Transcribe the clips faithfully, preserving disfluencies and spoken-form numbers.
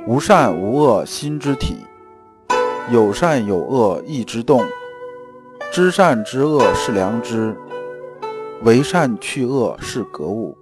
无善无恶心之体，有善有恶意之动。知善知恶是良知，为善去恶是格物。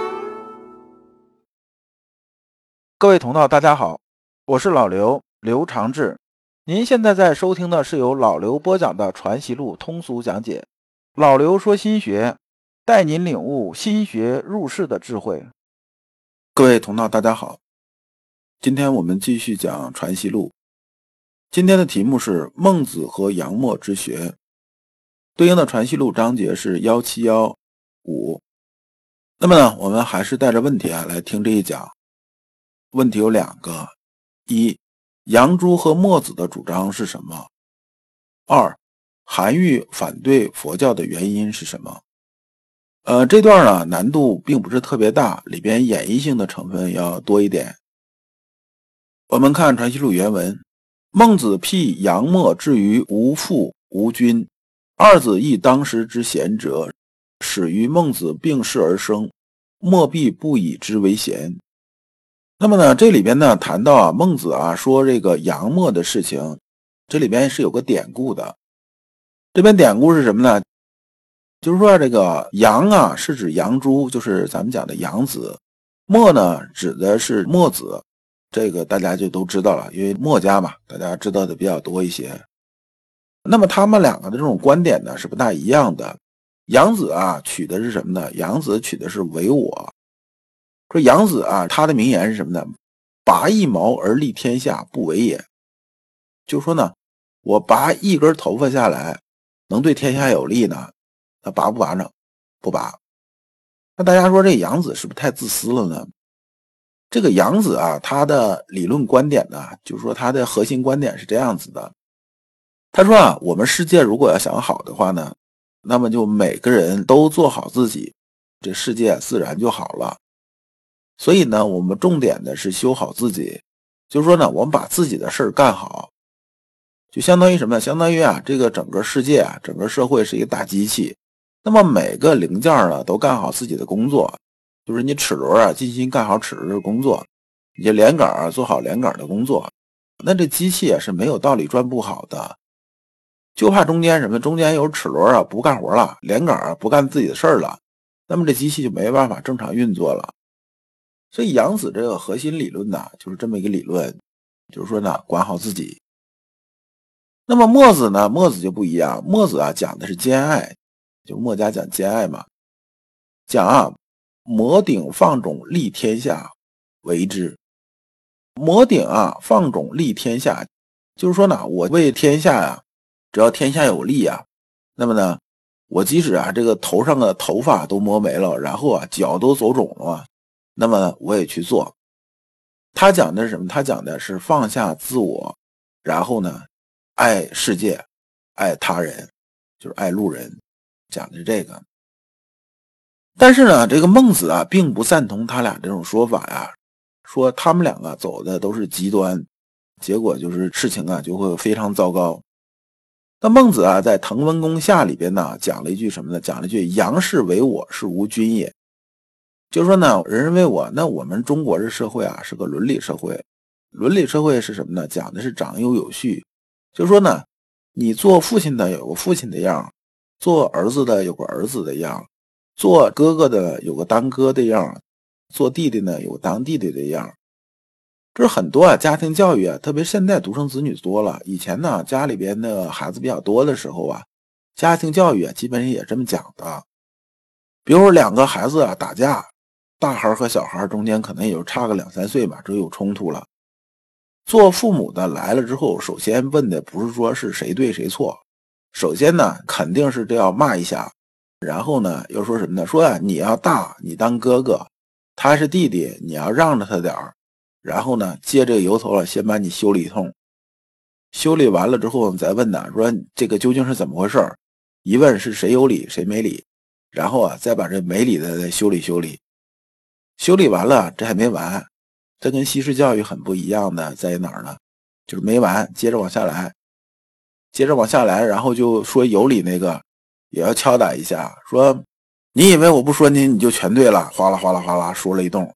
各位同道大家好，我是老刘，刘长志。您现在在收听的是由老刘播讲的《传习录》通俗讲解。老刘说心学，带您领悟心学入世的智慧。各位同道大家好，今天我们继续讲《传习录》。今天的题目是孟子和杨墨之学，对应的《传习录》章节是一七一五。那么呢，我们还是带着问题啊来听这一讲。问题有两个：一、杨朱和墨子的主张是什么？二、韩愈反对佛教的原因是什么？呃，这段呢难度并不是特别大，里边演绎性的成分要多一点。我们看《传习录》原文：孟子辟杨墨至于无父无君，二子亦当时之贤者，始于孟子病逝而生，墨必不以之为贤。那么呢，这里边呢谈到啊，孟子啊说这个杨墨的事情，这里边是有个典故的。这边典故是什么呢？就是说这个杨啊是指杨朱，就是咱们讲的杨子；墨呢指的是墨子，这个大家就都知道了，因为墨家嘛，大家知道的比较多一些。那么他们两个的这种观点呢是不大一样的。杨子啊取的是什么呢？杨子取的是唯我。说杨子啊，他的名言是什么呢？拔一毛而利天下，不为也。就说呢，我拔一根头发下来，能对天下有利呢？那拔不拔呢？不拔。那大家说这杨子是不是太自私了呢？这个杨子啊，他的理论观点呢，就是说他的核心观点是这样子的。他说啊，我们世界如果要想好的话呢，那么就每个人都做好自己，这世界自然就好了。所以呢，我们重点的是修好自己，就是说呢，我们把自己的事儿干好，就相当于什么呢？相当于啊，这个整个世界啊，整个社会是一个大机器，那么每个零件呢都干好自己的工作，就是你齿轮啊尽心干好齿轮的工作，你这连杆啊做好连杆的工作，那这机器啊是没有道理转不好的，就怕中间什么，中间有齿轮啊不干活了，连杆啊不干自己的事儿了，那么这机器就没办法正常运作了。所以杨子这个核心理论呢，就是这么一个理论，就是说呢，管好自己。那么墨子呢，墨子就不一样，墨子啊讲的是兼爱，就墨家讲兼爱嘛，讲啊，摩鼎放踵利天下为之。摩鼎啊放踵利天下，就是说呢，我为天下呀、啊，只要天下有利啊，那么呢，我即使啊这个头上的头发都磨没了，然后啊脚都走肿了，那么呢我也去做。他讲的是什么？他讲的是放下自我，然后呢爱世界，爱他人，就是爱路人，讲的是这个。但是呢，这个孟子啊并不赞同他俩这种说法呀，说他们两个走的都是极端，结果就是事情啊就会非常糟糕。那孟子啊在《滕文公下》里边呢讲了一句什么呢？讲了一句杨氏为我，是无君也。就是说呢，人人为我，那我们中国这社会啊是个伦理社会。伦理社会是什么呢？讲的是长幼有序。就是说呢，你做父亲的有个父亲的样，做儿子的有个儿子的样，做哥哥的有个当哥的样，做弟弟呢有个当弟弟的样。这是很多啊家庭教育啊，特别现在独生子女多了，以前呢家里边的孩子比较多的时候啊，家庭教育啊基本上也这么讲的。比如说两个孩子啊打架，大孩和小孩中间可能也就差个两三岁吧，这有冲突了。做父母的来了之后，首先问的不是说是谁对谁错，首先呢肯定是这要骂一下，然后呢又说什么呢？说啊你要大，你当哥哥，他是弟弟，你要让着他点儿，然后呢借这个由头了，先把你修理一通，修理完了之后再问呢，说这个究竟是怎么回事？一问是谁有理谁没理，然后啊再把这没理的再修理修理。修理完了，这还没完，这跟西式教育很不一样的在哪儿呢？就是没完，接着往下来，接着往下来，然后就说有理那个也要敲打一下，说你以为我不说你你就全对了，哗啦哗啦哗啦说了一通，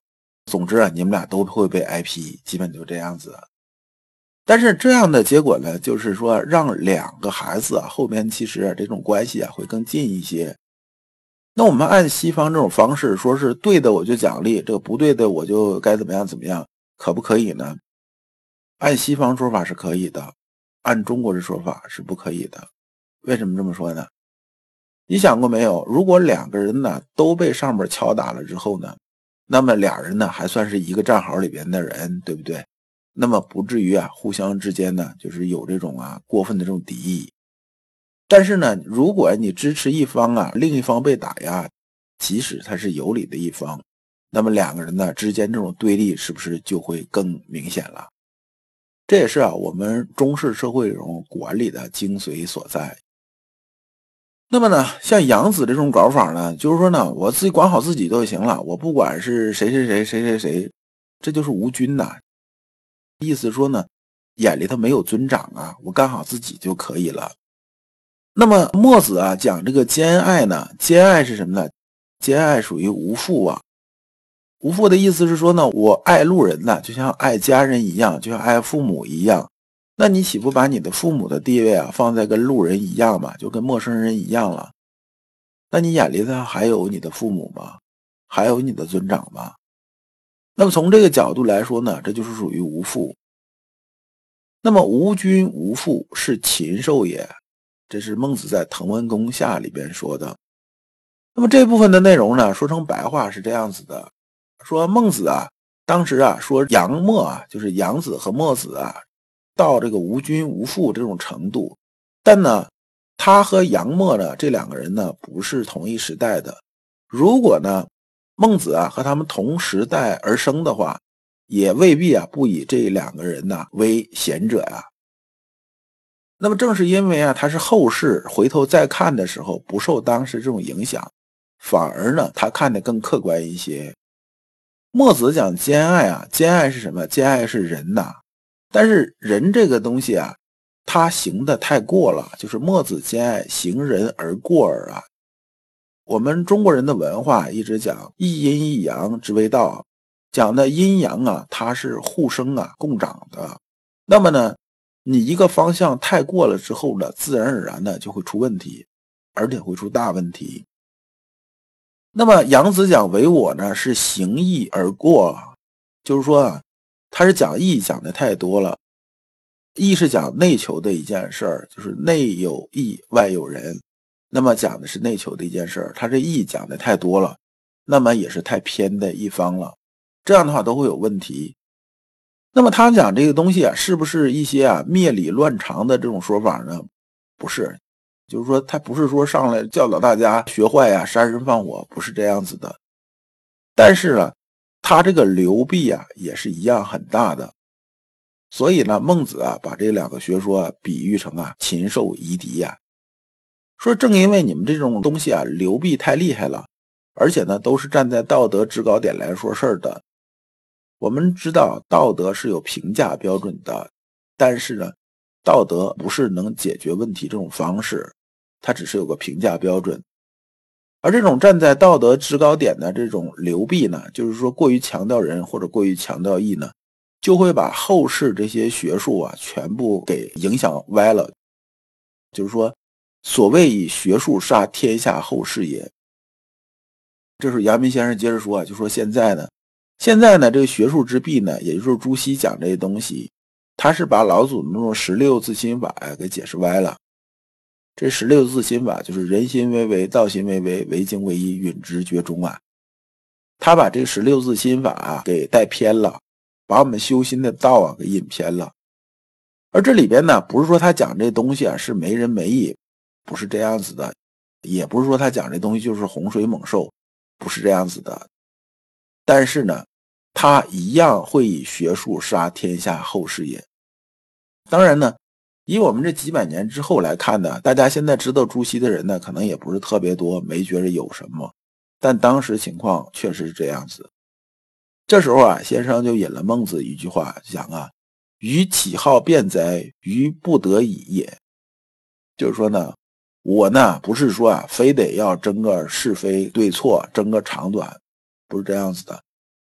总之啊，你们俩都会被挨批，基本就这样子。但是这样的结果呢，就是说让两个孩子啊，后边其实啊这种关系啊会更近一些。那我们按西方这种方式，说是对的我就奖励，这个不对的我就该怎么样怎么样，可不可以呢？按西方说法是可以的，按中国的说法是不可以的。为什么这么说呢？你想过没有，如果两个人呢都被上面敲打了之后呢，那么俩人呢还算是一个战壕里边的人，对不对？那么不至于啊互相之间呢就是有这种啊过分的这种敌意。但是呢，如果你支持一方啊，另一方被打压，即使他是有理的一方，那么两个人呢之间这种对立是不是就会更明显了？这也是啊我们中式社会这种管理的精髓所在。那么呢，像杨子这种搞法呢，就是说呢，我自己管好自己就行了，我不管是谁谁谁谁谁谁，这就是无君呐。意思说呢，眼里头没有尊长啊，我干好自己就可以了。那么墨子啊讲这个兼爱呢，兼爱是什么呢？兼爱属于无父啊。无父的意思是说呢，我爱路人呢，就像爱家人一样，就像爱父母一样。那你岂不把你的父母的地位啊放在跟路人一样嘛，就跟陌生人一样了？那你眼里头还有你的父母吗？还有你的尊长吗？那么从这个角度来说呢，这就是属于无父。那么无君无父是禽兽也，这是孟子在《滕文公下》里边说的。那么这部分的内容呢，说成白话是这样子的，说孟子啊，当时啊说杨墨啊，就是杨子和墨子啊，到这个无君无父这种程度，但呢，他和杨墨呢这两个人呢不是同一时代的。如果呢孟子啊和他们同时代而生的话，也未必啊不以这两个人呢为贤者呀、啊。那么正是因为啊他是后世回头再看的时候不受当时这种影响，反而呢他看得更客观一些。墨子讲兼爱啊，兼爱是什么？兼爱是人呐、啊。但是人这个东西啊，他行的太过了，就是墨子兼爱行人而过耳啊。我们中国人的文化一直讲一阴一阳之为道，讲的阴阳啊，它是互生啊共长的。那么呢，你一个方向太过了之后呢，自然而然的就会出问题，而且会出大问题。那么杨子讲唯我呢，是行义而过，就是说啊，他是讲义讲的太多了。义是讲内求的一件事儿，就是内有义，外有人。那么讲的是内求的一件事儿，他这义讲的太多了，那么也是太偏的一方了，这样的话都会有问题。那么他讲这个东西啊，是不是一些啊灭理乱常的这种说法呢？不是，就是说他不是说上来教导大家学坏啊，杀人放火，不是这样子的。但是呢，他这个流弊啊也是一样很大的。所以呢，孟子啊把这两个学说啊比喻成啊禽兽夷狄呀。说正因为你们这种东西啊流弊太厉害了，而且呢都是站在道德制高点来说事儿的。我们知道道德是有评价标准的，但是呢道德不是能解决问题这种方式，它只是有个评价标准。而这种站在道德制高点的这种流弊呢，就是说过于强调人或者过于强调义呢，就会把后世这些学术啊全部给影响歪了。就是说所谓以学术杀天下后世也。这是阳明先生接着说啊，就说现在呢现在呢这个学术之弊呢，也就是朱熹讲这些东西，他是把老祖那种十六字心法呀给解释歪了。这十六字心法就是人心为为，道心为为，为精为一，允直觉中啊。他把这十六字心法啊给带偏了，把我们修心的道啊给引偏了。而这里边呢，不是说他讲这东西啊是没人没义，不是这样子的，也不是说他讲这东西就是洪水猛兽，不是这样子的。但是呢，他一样会以学术杀天下后世也。当然呢，以我们这几百年之后来看呢，大家现在知道朱熹的人呢，可能也不是特别多，没觉着有什么。但当时情况确实是这样子。这时候啊，先生就引了孟子一句话，讲啊，于启好辩哉，于不得已也。就是说呢，我呢不是说啊，非得要争个是非对错，争个长短，不是这样子的。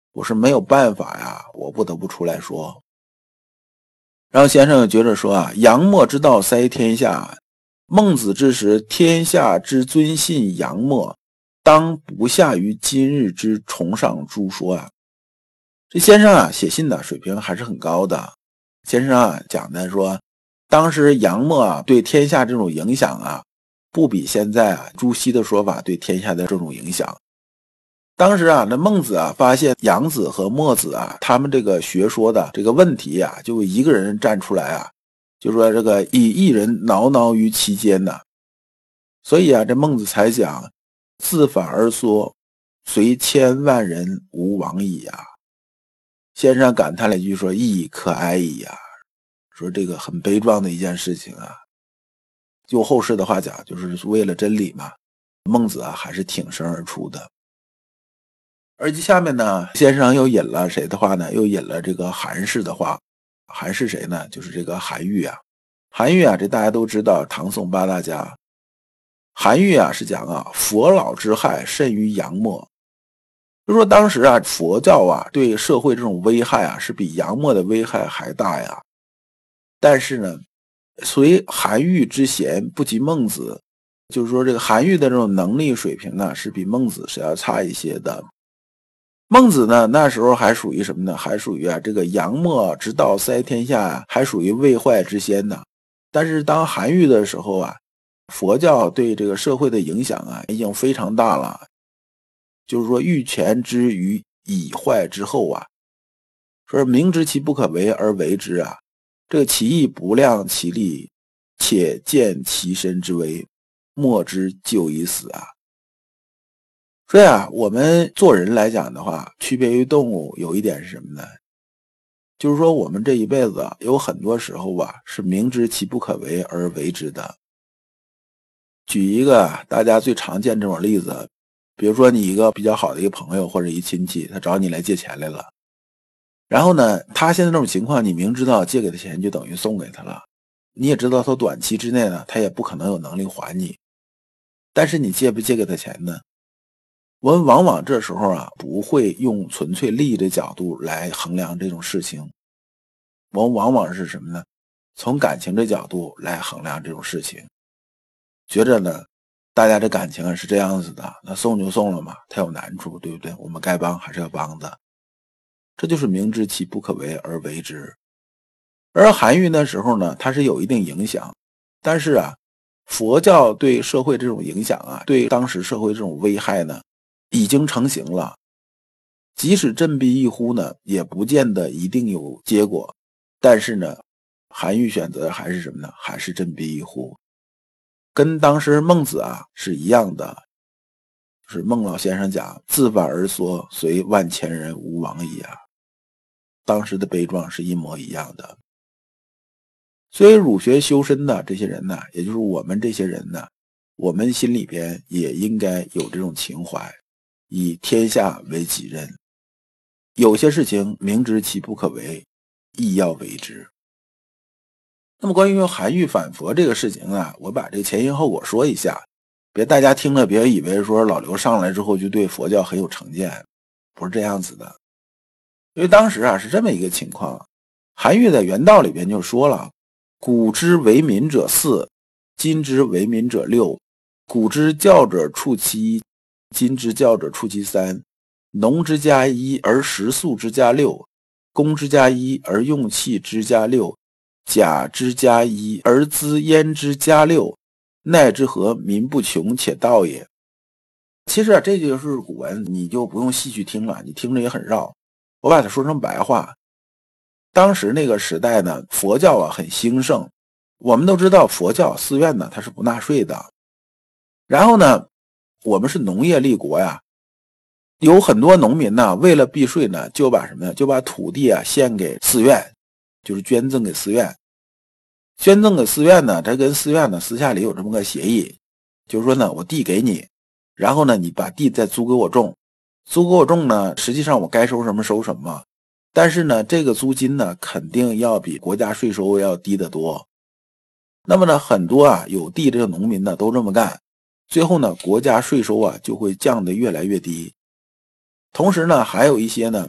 我是没有办法呀，我不得不出来说。然后先生又觉着说啊，杨墨之道塞天下，孟子之时，天下之尊信杨墨，当不下于今日之崇尚诸说啊。这先生啊写信的水平还是很高的。先生啊讲的说，当时杨墨啊对天下这种影响啊，不比现在啊朱熹的说法对天下的这种影响。当时啊，那孟子啊发现杨子和墨子啊，他们这个学说的这个问题啊，就一个人站出来啊，就说这个以一人挠挠于其间呢。所以啊，这孟子才讲自反而缩，随千万人吾往矣啊。先生感叹了一句说，亦可哀矣啊，说这个很悲壮的一件事情啊。就后世的话讲，就是为了真理嘛，孟子啊还是挺身而出的。而下面呢，先生又引了谁的话呢？又引了这个韩氏的话。韩氏谁呢？就是这个韩愈啊。韩愈啊，这大家都知道，唐宋八大家。韩愈啊是讲啊，佛老之害甚于杨墨。就说当时啊，佛教啊对社会这种危害啊，是比杨墨的危害还大呀。但是呢，随韩愈之贤不及孟子，就是说这个韩愈的这种能力水平呢，是比孟子是要差一些的。孟子呢，那时候还属于什么呢？还属于啊，这个杨墨之道塞天下，还属于未坏之先呢。但是当韩愈的时候啊，佛教对这个社会的影响啊，已经非常大了。就是说，欲前之于以坏之后啊，说明知其不可为而为之啊，这个其意不量其力，且见其身之危，莫之就已死啊。所以啊，我们做人来讲的话，区别于动物有一点是什么呢？就是说我们这一辈子有很多时候啊，是明知其不可为而为之的。举一个大家最常见这种例子，比如说你一个比较好的一个朋友或者一亲戚，他找你来借钱来了，然后呢，他现在这种情况，你明知道借给他钱就等于送给他了，你也知道他短期之内呢，他也不可能有能力还你，但是你借不借给他钱呢？我们往往这时候啊，不会用纯粹利益的角度来衡量这种事情，我们往往是什么呢？从感情的角度来衡量这种事情，觉着呢，大家的感情是这样子的，那送就送了嘛，他有难处，对不对？我们该帮还是要帮的，这就是明知其不可为而为之。而韩愈那时候呢，他是有一定影响，但是啊，佛教对社会这种影响啊，对当时社会这种危害呢，已经成型了，即使振臂一呼呢，也不见得一定有结果。但是呢，韩愈选择还是什么呢？还是振臂一呼，跟当时孟子啊是一样的，就是孟老先生讲自反而缩，随万千人吾往矣啊。当时的悲壮是一模一样的。所以儒学修身的这些人呢，也就是我们这些人呢，我们心里边也应该有这种情怀，以天下为己任，有些事情明知其不可为，亦要为之。那么关于韩愈反佛这个事情啊，我把这个前因后果说一下，别大家听了别以为说老刘上来之后就对佛教很有成见，不是这样子的。因为当时啊是这么一个情况，韩愈在原道里边就说了，古之为民者四，今之为民者六，古之教者处其一，今之教者处其三，农之加一而食粟之加六，工之加一而用器之加六，甲之加一而资焉之加六，奈之何民不穷且道也。其实啊，这就是古文，你就不用细去听了，你听着也很绕。我把它说成白话，当时那个时代呢，佛教啊很兴盛，我们都知道佛教寺院呢它是不纳税的，然后呢，我们是农业立国呀，有很多农民呢为了避税呢，就把什么呢？就把土地啊献给寺院，就是捐赠给寺院。捐赠给寺院呢，他跟寺院呢私下里有这么个协议，就是说呢，我地给你，然后呢，你把地再租给我种。租给我种呢，实际上我该收什么收什么，但是呢，这个租金呢，肯定要比国家税收要低得多。那么呢，很多啊有地这个农民呢都这么干，最后呢，国家税收啊就会降得越来越低。同时呢，还有一些呢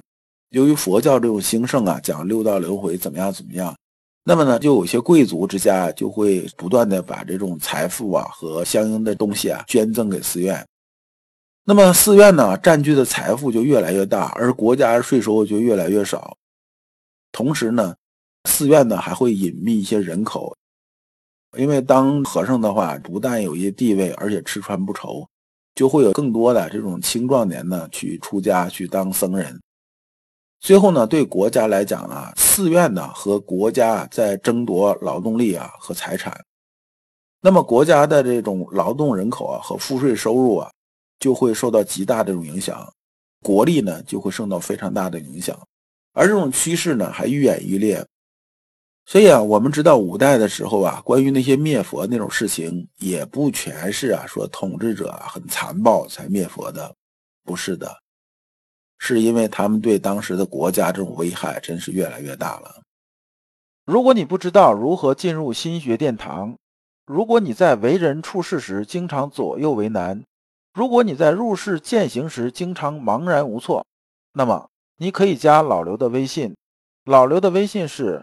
由于佛教这种兴盛啊，讲六道轮回怎么样怎么样，那么呢，就有些贵族之家就会不断的把这种财富啊和相应的东西啊捐赠给寺院。那么寺院呢占据的财富就越来越大，而国家税收就越来越少。同时呢，寺院呢还会隐秘一些人口，因为当和尚的话，不但有一些地位，而且吃穿不愁，就会有更多的这种青壮年呢去出家去当僧人。最后呢，对国家来讲啊，寺院呢和国家在争夺劳动力啊和财产。那么国家的这种劳动人口啊和赋税收入啊，就会受到极大的这种影响，国力呢就会受到非常大的影响。而这种趋势呢还愈演愈烈。所以啊，我们知道五代的时候啊，关于那些灭佛那种事情，也不全是啊说统治者啊很残暴才灭佛的，不是的，是因为他们对当时的国家这种危害真是越来越大了。如果你不知道如何进入心学殿堂，如果你在为人处事时经常左右为难，如果你在入世践行时经常茫然无措，那么你可以加老刘的微信，老刘的微信是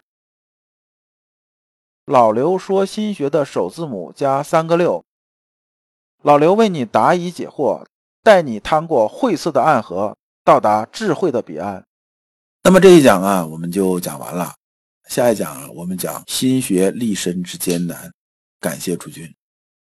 老刘说心学的首字母加三个六，老刘为你答疑解惑，带你趟过晦涩的暗河，到达智慧的彼岸。那么这一讲啊，我们就讲完了。下一讲啊，我们讲心学立身之艰难。感谢诸君。